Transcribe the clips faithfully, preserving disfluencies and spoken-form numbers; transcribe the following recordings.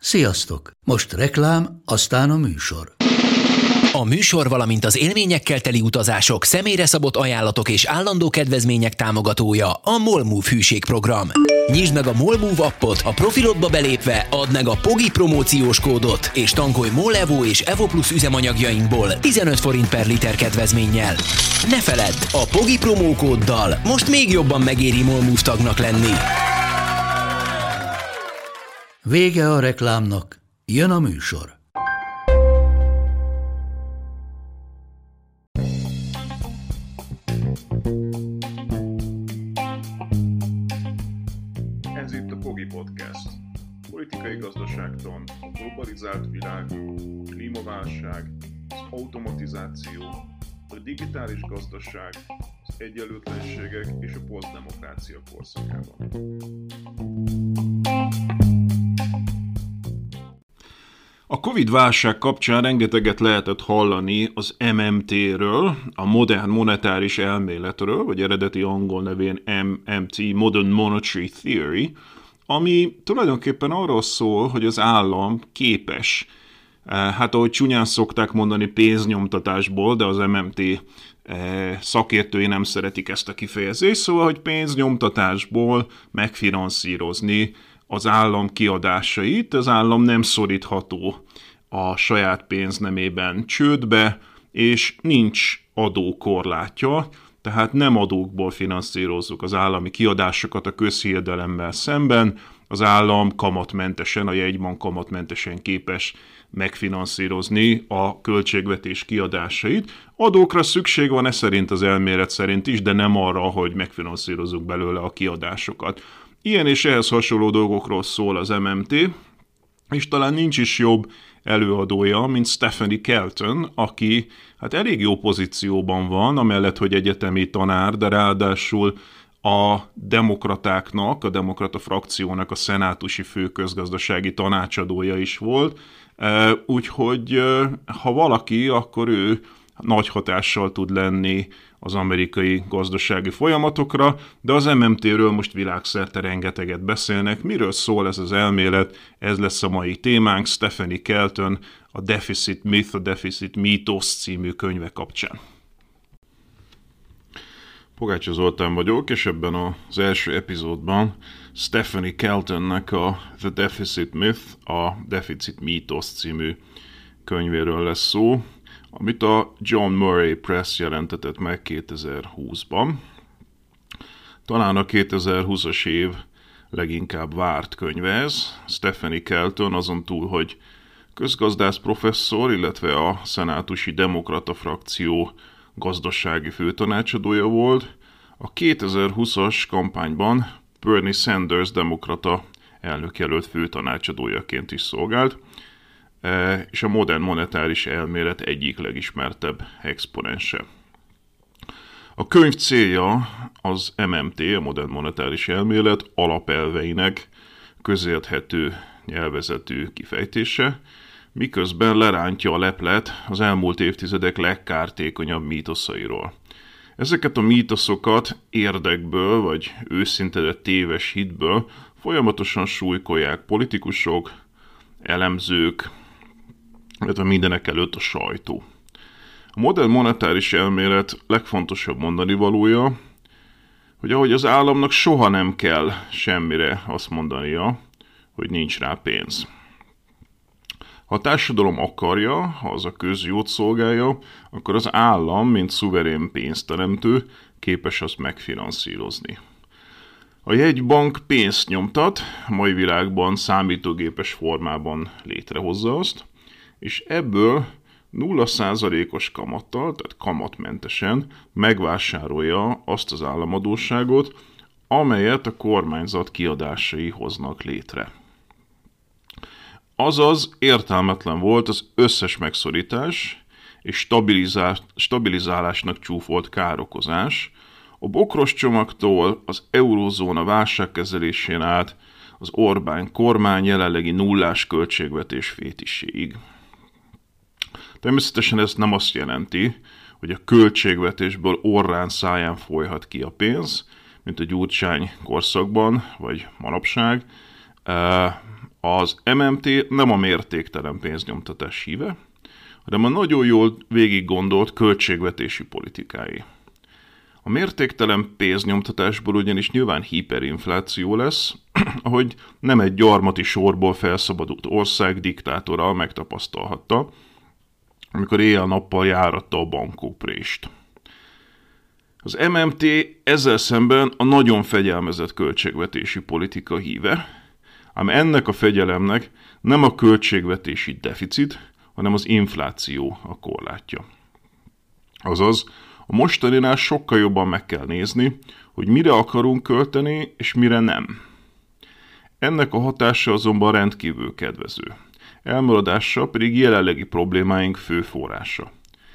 Sziasztok! Most reklám, aztán a műsor. A műsor, valamint az élményekkel teli utazások, személyre szabott ajánlatok és állandó kedvezmények támogatója a MOLMOVE hűségprogram. Nyisd meg a MOLMOVE appot, a profilodba belépve add meg a Pogi promóciós kódot, és tankolj MOL Evo és Evo Plus üzemanyagjainkból tizenöt forint per liter kedvezménnyel. Ne feledd, a Pogi promókóddal most még jobban megéri MOLMOVE tagnak lenni. Vége a reklámnak, jön a műsor. Ez itt a Pogi Podcast. Politikai gazdaságtan, a globalizált világ, a klímaválság, az automatizáció, a digitális gazdaság, az egyenlőtlenségek és a posztdemokrácia korszakában. A Covid-válság kapcsán rengeteget lehetett hallani az em em té-ről, a modern monetáris elméletről, vagy eredeti angol nevén em em té, Modern Monetary Theory, ami tulajdonképpen arról szól, hogy az állam képes, hát ahogy csúnyán szokták mondani, pénznyomtatásból, de az em em té szakértői nem szeretik ezt a kifejezést, szóval, hogy pénznyomtatásból megfinanszírozni az állam kiadásait, az állam nem szorítható a saját pénznemében csődbe, és nincs adókorlátja, tehát nem adókból finanszírozzuk az állami kiadásokat a közhiedelemmel szemben, az állam kamatmentesen, a jegybank kamatmentesen képes megfinanszírozni a költségvetés kiadásait. Adókra szükség van, ez szerint az elmélet szerint is, de nem arra, hogy megfinanszírozzuk belőle a kiadásokat. Ilyen és ehhez hasonló dolgokról szól az em em té, és talán nincs is jobb előadója, mint Stephanie Kelton, aki hát elég jó pozícióban van, amellett, hogy egyetemi tanár, de ráadásul a demokratáknak, a demokrata frakciónak a szenátusi főközgazdasági tanácsadója is volt, úgyhogy ha valaki, akkor ő nagy hatással tud lenni az amerikai gazdasági folyamatokra, de az em em té-ről most világszerte rengeteget beszélnek. Miről szól ez az elmélet? Ez lesz a mai témánk, Stephanie Kelton, a Deficit Myth, a Deficit Mítosz című könyve kapcsán. Pogácsa Zoltán vagyok, és ebben az első epizódban Stephanie Keltonnek a The Deficit Myth, a Deficit Mítosz című könyvéről lesz szó, amit a John Murray Press jelentetett meg kétezer-húszban. Talán a kétezer-húszas év leginkább várt könyve ez. Stephanie Kelton azon túl, hogy közgazdász professzor, illetve a szenátusi demokrata frakció gazdasági főtanácsadója volt, a kétezer-húszas kampányban Bernie Sanders demokrata elnökjelölt főtanácsadójaként is szolgált, és a modern monetáris elmélet egyik legismertebb exponense. A könyv célja az em em té, a modern monetáris elmélet alapelveinek közérthető nyelvezetű kifejtése, miközben lerántja a leplet az elmúlt évtizedek legkártékonyabb mítoszairól. Ezeket a mítoszokat érdekből, vagy őszinte, de téves hitből folyamatosan súlykolják politikusok, elemzők, illetve mindenek előtt a sajtó. A modern monetáris elmélet legfontosabb mondani valója, hogy ahogy az államnak soha nem kell semmire azt mondania, hogy nincs rá pénz. Ha a társadalom akarja, ha az a közjót szolgálja, akkor az állam, mint szuverén pénzteremtő, képes azt megfinanszírozni. A jegybank pénzt nyomtat, a mai világban számítógépes formában létrehozza azt, és ebből nulla százalékos kamattal, tehát kamatmentesen megvásárolja azt az államadósságot, amelyet a kormányzat kiadásai hoznak létre. Azaz értelmetlen volt az összes megszorítás és stabilizál, stabilizálásnak csúfolt károkozás, a bokros csomagtól az eurózóna válságkezelésén át az Orbán kormány jelenlegi nullás költségvetés fétiséig. Természetesen ez nem azt jelenti, hogy a költségvetésből orrán száján folyhat ki a pénz, mint a Gyurcsány korszakban, vagy manapság. Az em em té nem a mértéktelen pénznyomtatás híve, hanem a nagyon jól végig gondolt költségvetési politikái. A mértéktelen pénznyomtatásból ugyanis nyilván hiperinfláció lesz, ahogy nem egy gyarmati sorból felszabadult ország diktátora megtapasztalhatta, amikor éjjel-nappal járatta a bankóprést. Az em em té ezzel szemben a nagyon fegyelmezett költségvetési politika híve, ám ennek a fegyelemnek nem a költségvetési deficit, hanem az infláció a korlátja. Azaz, a mostaninál sokkal jobban meg kell nézni, hogy mire akarunk költeni, és mire nem. Ennek a hatása azonban rendkívül kedvező. Elmaradása pedig jelenlegi problémáink fő forrása.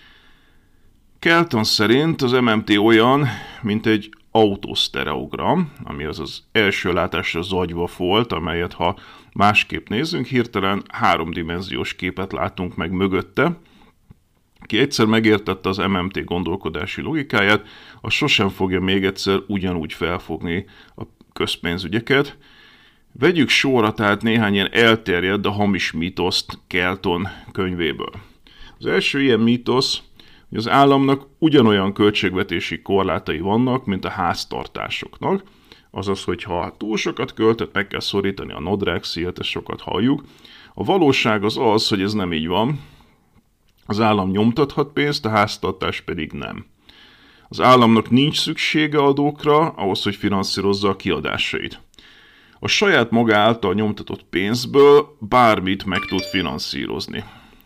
Kelton szerint az em em té olyan, mint egy autosztereogram, ami az az első látásra zagyva volt, amelyet ha másképp nézzünk, hirtelen háromdimenziós képet látunk meg mögötte. Ki egyszer megértette az em em té gondolkodási logikáját, az sosem fogja még egyszer ugyanúgy felfogni a közpénzügyeket. Vegyük sorra tehát néhány ilyen elterjedt, de hamis mítoszt Kelton könyvéből. Az első ilyen mítosz, hogy az államnak ugyanolyan költségvetési korlátai vannak, mint a háztartásoknak, azaz, hogy ha túl sokat költött, meg kell szorítani a nadrágszíjat, ezt sokat halljuk. A valóság az az, hogy ez nem így van. Az állam nyomtathat pénzt, a háztartás pedig nem. Az államnak nincs szüksége adókra, ahhoz, hogy finanszírozza a kiadásait. A saját maga által nyomtatott pénzből bármit meg tud finanszírozni.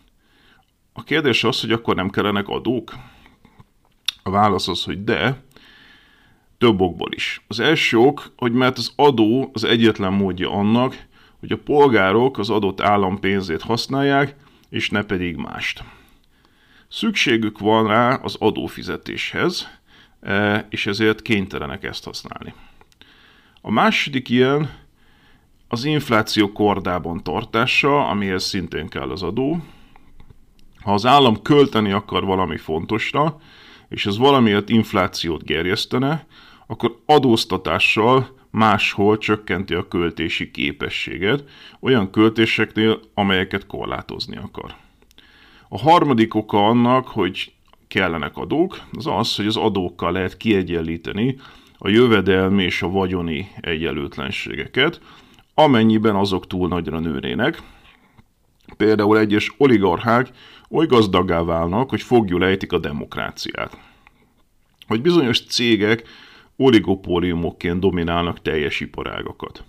A kérdés az, hogy akkor nem kellenek adók? A válasz az, hogy de, több okból is. Az első ok, hogy mert az adó az egyetlen módja annak, hogy a polgárok az adott állam pénzét használják, és ne pedig mást. Szükségük van rá az adófizetéshez, és ezért kénytelenek ezt használni. A második ilyen az infláció kordában tartása, amihez szintén kell az adó. Ha az állam költeni akar valami fontosra, és ez valamiért inflációt gerjesztene, akkor adóztatással máshol csökkenti a költési képességet, olyan költéseknél, amelyeket korlátozni akar. A harmadik oka annak, hogy kellenek adók, az az, hogy az adókkal lehet kiegyenlíteni a jövedelmi és a vagyoni egyenlőtlenségeket, amennyiben azok túl nagyra nőnének. Például egyes oligarchák oly gazdaggá válnak, hogy foglyul ejtik a demokráciát. Vagy bizonyos cégek oligopóliumokként dominálnak teljes iparágakat.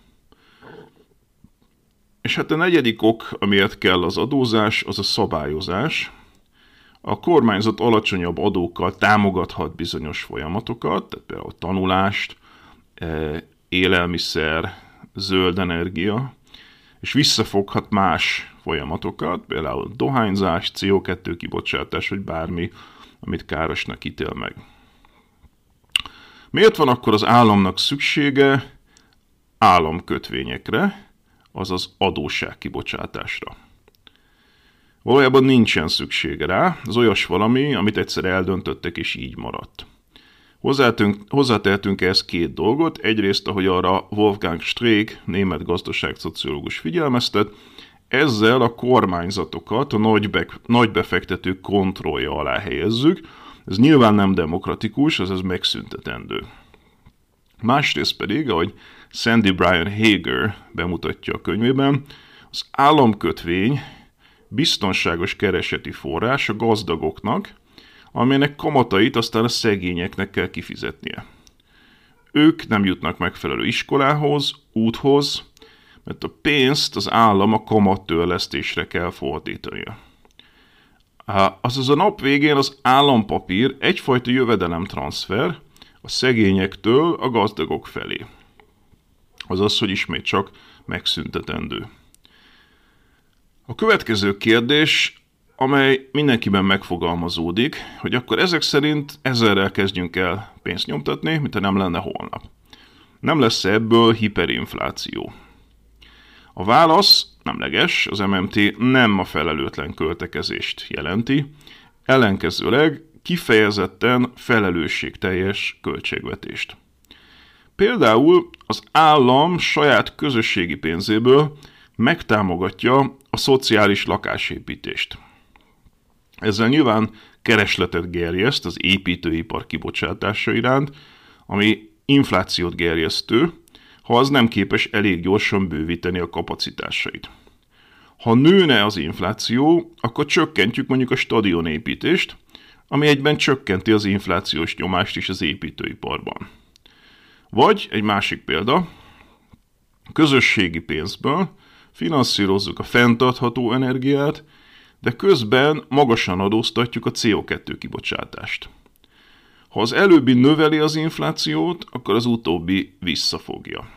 És hát a negyedik ok, amiért kell az adózás, az a szabályozás. A kormányzat alacsonyabb adókkal támogathat bizonyos folyamatokat, tehát például tanulást, élelmiszer, zöld energia, és visszafoghat más folyamatokat, például dohányzás, cé o kettő kibocsátás, vagy bármi, amit károsnak ítél meg. Miért van akkor az államnak szüksége államkötvényekre, azaz adósságkibocsátásra? Valójában nincsen szüksége rá, ez olyas valami, amit egyszer eldöntöttek és így maradt. Hozzátehetünk ehhez két dolgot, egyrészt, ahogy arra Wolfgang Streeck, német gazdaságszociológus figyelmeztet, ezzel a kormányzatokat a nagy befektetők kontrollja alá helyezzük, ez nyilván nem demokratikus, ez, ez megszüntetendő. Másrészt pedig, ahogy Sandy Bryan Hager bemutatja a könyvében, az államkötvény biztonságos kereseti forrás a gazdagoknak, amelynek kamatait aztán a szegényeknek kell kifizetnie. Ők nem jutnak megfelelő iskolához, úthoz, mert a pénzt az állam a kamattörlesztésre kell fordítania. Azaz a nap végén az állampapír egyfajta jövedelemtranszfer a szegényektől a gazdagok felé. Azaz, hogy ismét csak megszüntetendő. A következő kérdés, amely mindenkiben megfogalmazódik, hogy akkor ezek szerint ezerrel kezdjünk el pénzt nyomtatni, mintha nem lenne holnap. Nem lesz ebből hiperinfláció? A válasz nemleges, az em em té nem a felelőtlen költekezést jelenti, ellenkezőleg kifejezetten felelősségteljes költségvetést. Például az állam saját közösségi pénzéből megtámogatja a szociális lakásépítést. Ezzel nyilván keresletet gerjeszt az építőipar kibocsátása iránt, ami inflációt gerjesztő, ha az nem képes elég gyorsan bővíteni a kapacitásait. Ha nőne az infláció, akkor csökkentjük mondjuk a stadionépítést, ami egyben csökkenti az inflációs nyomást is az építőiparban. Vagy egy másik példa, közösségi pénzből finanszírozzuk a fenntartható energiát, de közben magasan adóztatjuk a cé o kettő kibocsátást. Ha az előbbi növeli az inflációt, akkor az utóbbi visszafogja.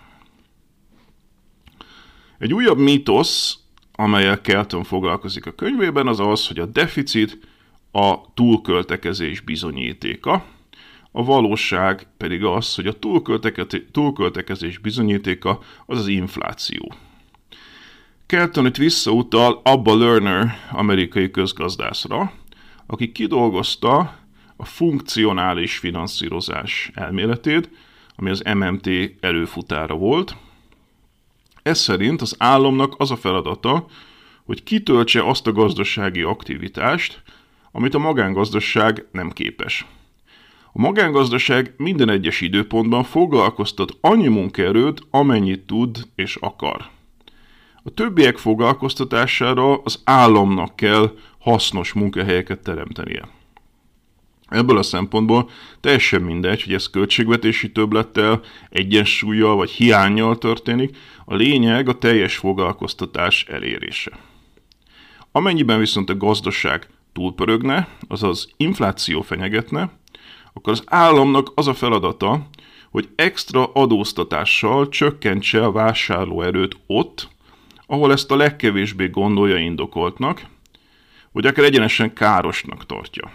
Egy újabb mítosz, amellyel Kelton foglalkozik a könyvében, az az, hogy a deficit a túlköltekezés bizonyítéka, a valóság pedig az, hogy a túlköltekezés bizonyítéka az az infláció. Kelton itt visszautal Abba Lerner amerikai közgazdászra, aki kidolgozta a funkcionális finanszírozás elméletét, ami az em em té előfutára volt. Ez szerint az államnak az a feladata, hogy kitöltse azt a gazdasági aktivitást, amit a magángazdaság nem képes. A magángazdaság minden egyes időpontban foglalkoztat annyi munkaerőt, amennyit tud és akar. A többiek foglalkoztatására az államnak kell hasznos munkahelyeket teremtenie. Ebből a szempontból teljesen mindegy, hogy ez költségvetési többlettel, egyensúllyal vagy hiánnyal történik, a lényeg a teljes foglalkoztatás elérése. Amennyiben viszont a gazdaság túlpörögne, azaz infláció fenyegetne, akkor az államnak az a feladata, hogy extra adóztatással csökkentse a vásárlóerőt ott, ahol ezt a legkevésbé gondolja indokoltnak, vagy akár egyenesen károsnak tartja.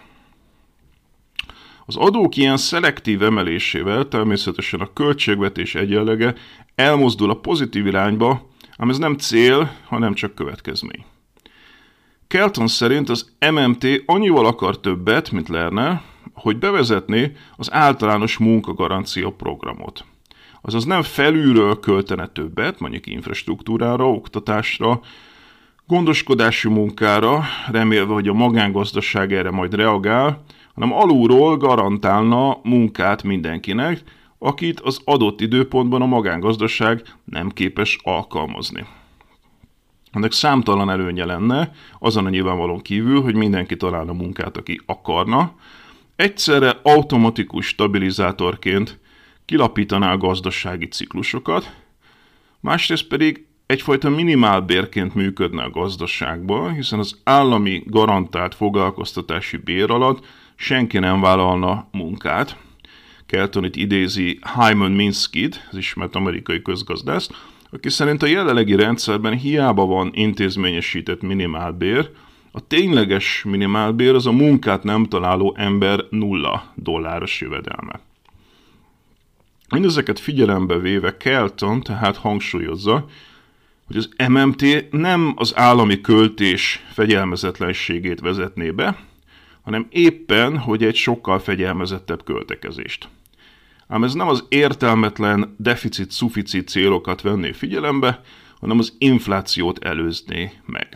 Az adók ilyen szelektív emelésével természetesen a költségvetés egyenlege elmozdul a pozitív irányba, ám ez nem cél, hanem csak következmény. Kelton szerint az em em té annyival akar többet, mint Lerner, hogy bevezetné az általános munkagarancia programot. Azaz nem felülről költene többet, mondjuk infrastruktúrára, oktatásra, gondoskodási munkára, remélve, hogy a magángazdaság erre majd reagál, hanem alulról garantálna munkát mindenkinek, akit az adott időpontban a magángazdaság nem képes alkalmazni. Ennek számtalan előnye lenne, azon a nyilvánvalón kívül, hogy mindenki találna munkát, aki akarna, egyszerre automatikus stabilizátorként kilapítaná a gazdasági ciklusokat, másrészt pedig egyfajta minimálbérként működne a gazdaságban, hiszen az állami garantált foglalkoztatási bér alatt senki nem vállalna munkát. Kelton itt idézi Hyman Minskit, az ismert amerikai közgazdász, aki szerint a jelenlegi rendszerben hiába van intézményesített minimálbér, a tényleges minimálbér az a munkát nem találó ember nulla dolláros jövedelme. Mindezeket figyelembe véve Kelton tehát hangsúlyozza, hogy az em em té nem az állami költés fegyelmezetlenségét vezetné be, hanem éppen, hogy egy sokkal fegyelmezettebb költekezést. Ám ez nem az értelmetlen deficit-szuficit célokat venné figyelembe, hanem az inflációt előzné meg.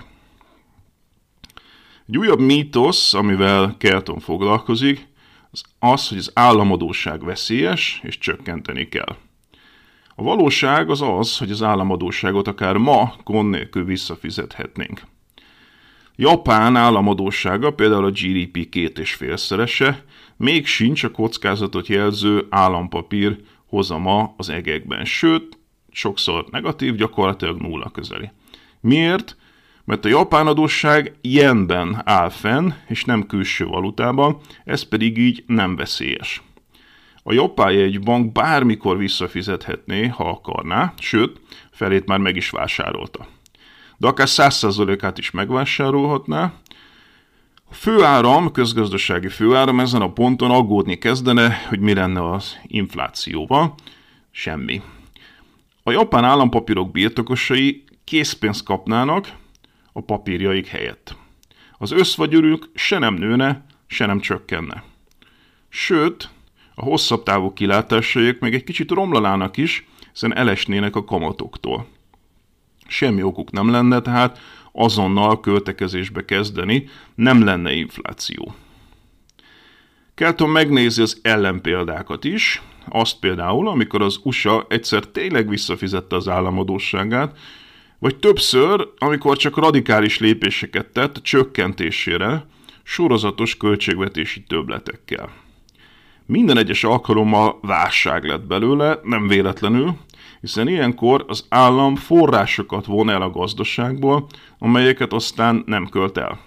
Egy újabb mítosz, amivel Kelton foglalkozik, az az, hogy az államadósság veszélyes és csökkenteni kell. A valóság az az, hogy az államadósságot akár ma gond nélkül visszafizethetnénk. Japán államadóssága például a gé dé pé két és félszerese, még sincs a kockázatot jelző állampapír hozama az egekben, sőt, sokszor negatív, gyakorlatilag nulla közeli. Miért? Mert a japán adósság jenben áll fenn, és nem külső valutában, ez pedig így nem veszélyes. A japán jegybank bármikor visszafizethetné, ha akarná, sőt, felét már meg is vásárolta. De akár száz százalékát is megvásárolhatná. A főáram, közgazdasági főáram ezen a ponton aggódni kezdene, hogy mi lenne az inflációval. Semmi. A japán állampapírok birtokosai készpénzt kapnának a papírjaik helyett. Az összvagyoruk se nem nőne, se nem csökkenne. Sőt, a hosszabb távú kilátásaik még egy kicsit romlanának is, hiszen elesnének a kamatoktól. Semmi okuk nem lenne tehát azonnal költekezésbe kezdeni, nem lenne infláció. Kelton megnézi az ellenpéldákat is, azt például, amikor az u es á egyszer tényleg visszafizette az államadósságát, vagy többször, amikor csak radikális lépéseket tett csökkentésére, sorozatos költségvetési többletekkel. Minden egyes alkalommal válság lett belőle, nem véletlenül, hiszen ilyenkor az állam forrásokat von el a gazdaságból, amelyeket aztán nem költ el.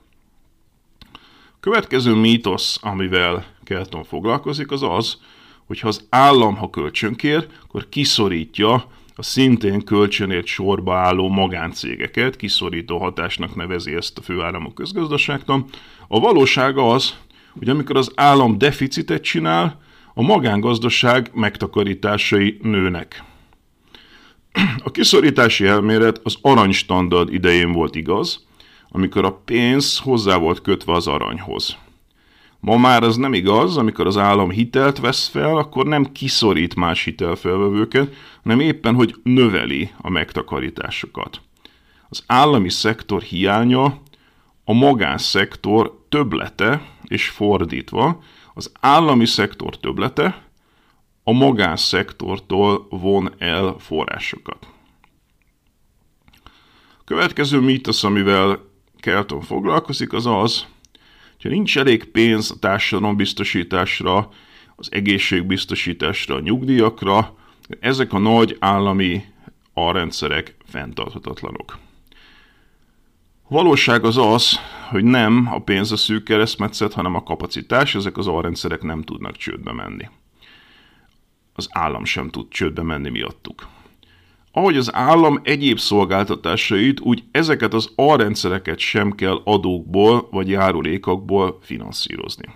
A következő mítosz, amivel Kelton foglalkozik, az az, hogy ha az állam, ha kölcsönkér, akkor kiszorítja a szintén kölcsönért sorba álló magáncégeket, kiszorító hatásnak nevezi ezt a főáramú közgazdaságtan. A valóság az, hogy amikor az állam deficitet csinál, a magángazdaság megtakarításai nőnek. A kiszorítási elmélet az aranystandard idején volt igaz, amikor a pénz hozzá volt kötve az aranyhoz. Ma már ez nem igaz, amikor az állam hitelt vesz fel, akkor nem kiszorít más hitelfelvevőket, hanem éppen, hogy növeli a megtakarításokat. Az állami szektor hiánya a magánszektor többlete, és fordítva, az állami szektor többlete a magánszektortól von el forrásokat. A következő mítosz, amivel Kelton foglalkozik, az az, hogyha nincs elég pénz a társadalombiztosításra, az egészségbiztosításra, a nyugdíjakra, ezek a nagy állami alrendszerek fenntarthatatlanok. A valóság az az, hogy nem a pénz a szűk keresztmetszet, hanem a kapacitás, ezek az alrendszerek nem tudnak csődbe menni. Az állam sem tud csődbe menni miattuk. Ahogy az állam egyéb szolgáltatásait, úgy ezeket az alrendszereket sem kell adókból vagy járulékokból finanszírozni.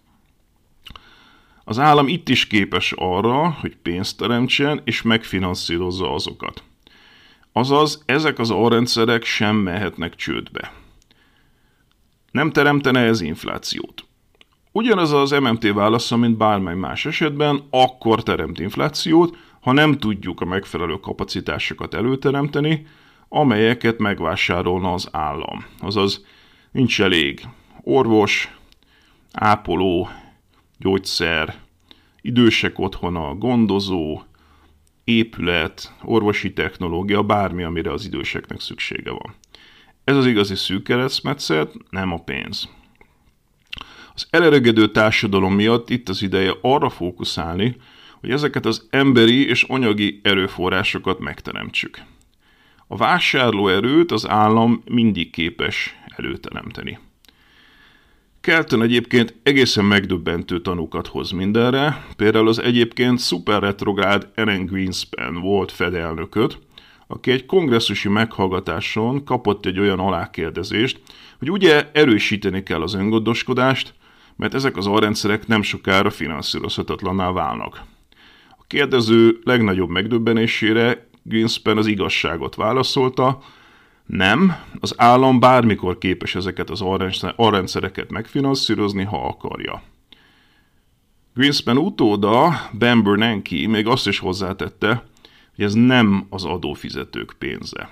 Az állam itt is képes arra, hogy pénzt teremtsen és megfinanszírozza azokat. Azaz, ezek az alrendszerek sem mehetnek csődbe. Nem teremtene ez inflációt. Ugyanaz az em em té válasza, mint bármely más esetben, akkor teremt inflációt, ha nem tudjuk a megfelelő kapacitásokat előteremteni, amelyeket megvásárolna az állam. Azaz, nincs elég orvos, ápoló, gyógyszer, idősek otthona, gondozó, épület, orvosi technológia, bármi, amire az időseknek szüksége van. Ez az igazi szűk keresztmetszet, nem a pénz. Az elöregedő társadalom miatt itt az ideje arra fókuszálni, hogy ezeket az emberi és anyagi erőforrásokat megteremtsük. A vásárlóerőt az állam mindig képes előteremteni. Kelton egyébként egészen megdöbbentő tanúkat hoz mindenre, például az egyébként szuperretrográd Alan Greenspan volt Fed elnököt, aki egy kongresszusi meghallgatáson kapott egy olyan alákérdezést, hogy ugye erősíteni kell az öngondoskodást, mert ezek az alrendszerek nem sokára finanszírozhatatlanná válnak. A kérdező legnagyobb megdöbbenésére Greenspan az igazságot válaszolta, nem, az állam bármikor képes ezeket az alrendszereket megfinanszírozni, ha akarja. Greenspan utóda, Ben Bernanke még azt is hozzátette, hogy ez nem az adófizetők pénze.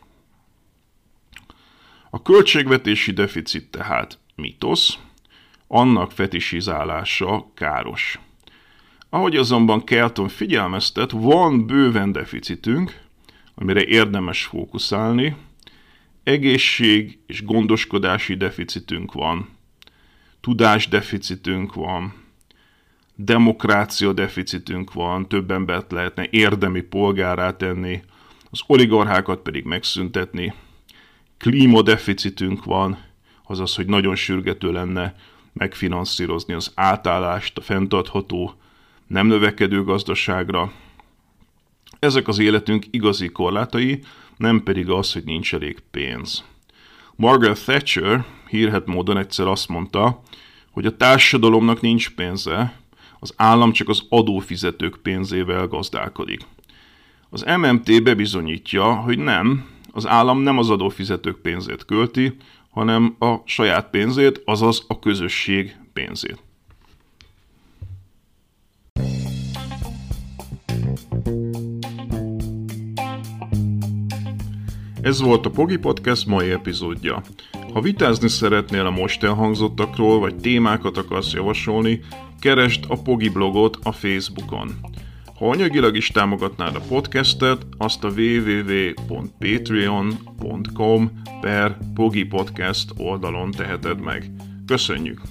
A költségvetési deficit tehát mitosz, annak fetisizálása káros. Ahogy azonban Kelton figyelmeztet, van bőven deficitünk, amire érdemes fókuszálni, egészség és gondoskodási deficitünk van, tudásdeficitünk van, demokrácia deficitünk van, több embert lehetne érdemi polgárrá tenni, az oligarchákat pedig megszüntetni, klímadeficitünk van, azaz, hogy nagyon sürgető lenne megfinanszírozni az átállást a fenntartható, nem növekedő gazdaságra. Ezek az életünk igazi korlátai, nem pedig az, hogy nincs elég pénz. Margaret Thatcher hírhedt módon egyszer azt mondta, hogy a társadalomnak nincs pénze, az állam csak az adófizetők pénzével gazdálkodik. Az em em té bebizonyítja, hogy nem, az állam nem az adófizetők pénzét költi, hanem a saját pénzét, azaz a közösség pénzét. Ez volt a Pogi Podcast mai epizódja. Ha vitázni szeretnél a most elhangzottakról, vagy témákat akarsz javasolni, keresd a Pogi blogot a Facebookon. Ha anyagilag is támogatnád a podcastet, azt a www pont patreon pont com per Pogi Podcast oldalon teheted meg. Köszönjük!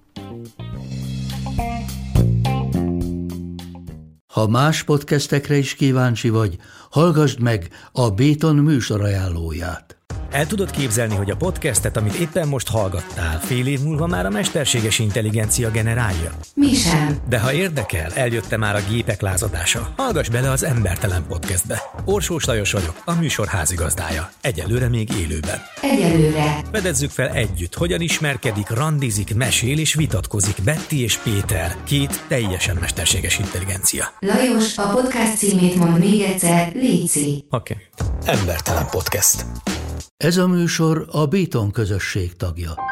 Ha más podcastekre is kíváncsi vagy, hallgassd meg a Béton műsor ajánlóját. El tudod képzelni, hogy a podcastet, amit éppen most hallgattál, fél év múlva már a mesterséges intelligencia generálja? Mi sem. De ha érdekel, eljött már a gépek lázadása. Hallgass bele az Embertelen Podcastbe. Orsós Lajos vagyok, a műsor házigazdája. Egyelőre még élőben. Egyelőre. Fedezzük fel együtt, hogyan ismerkedik, randizik, mesél és vitatkozik Betty és Péter, két teljesen mesterséges intelligencia. Lajos, a podcast címét mond még egyszer, léci. Oké. Okay. Embertelen Podcast. Ez a műsor a Béton közösség tagja.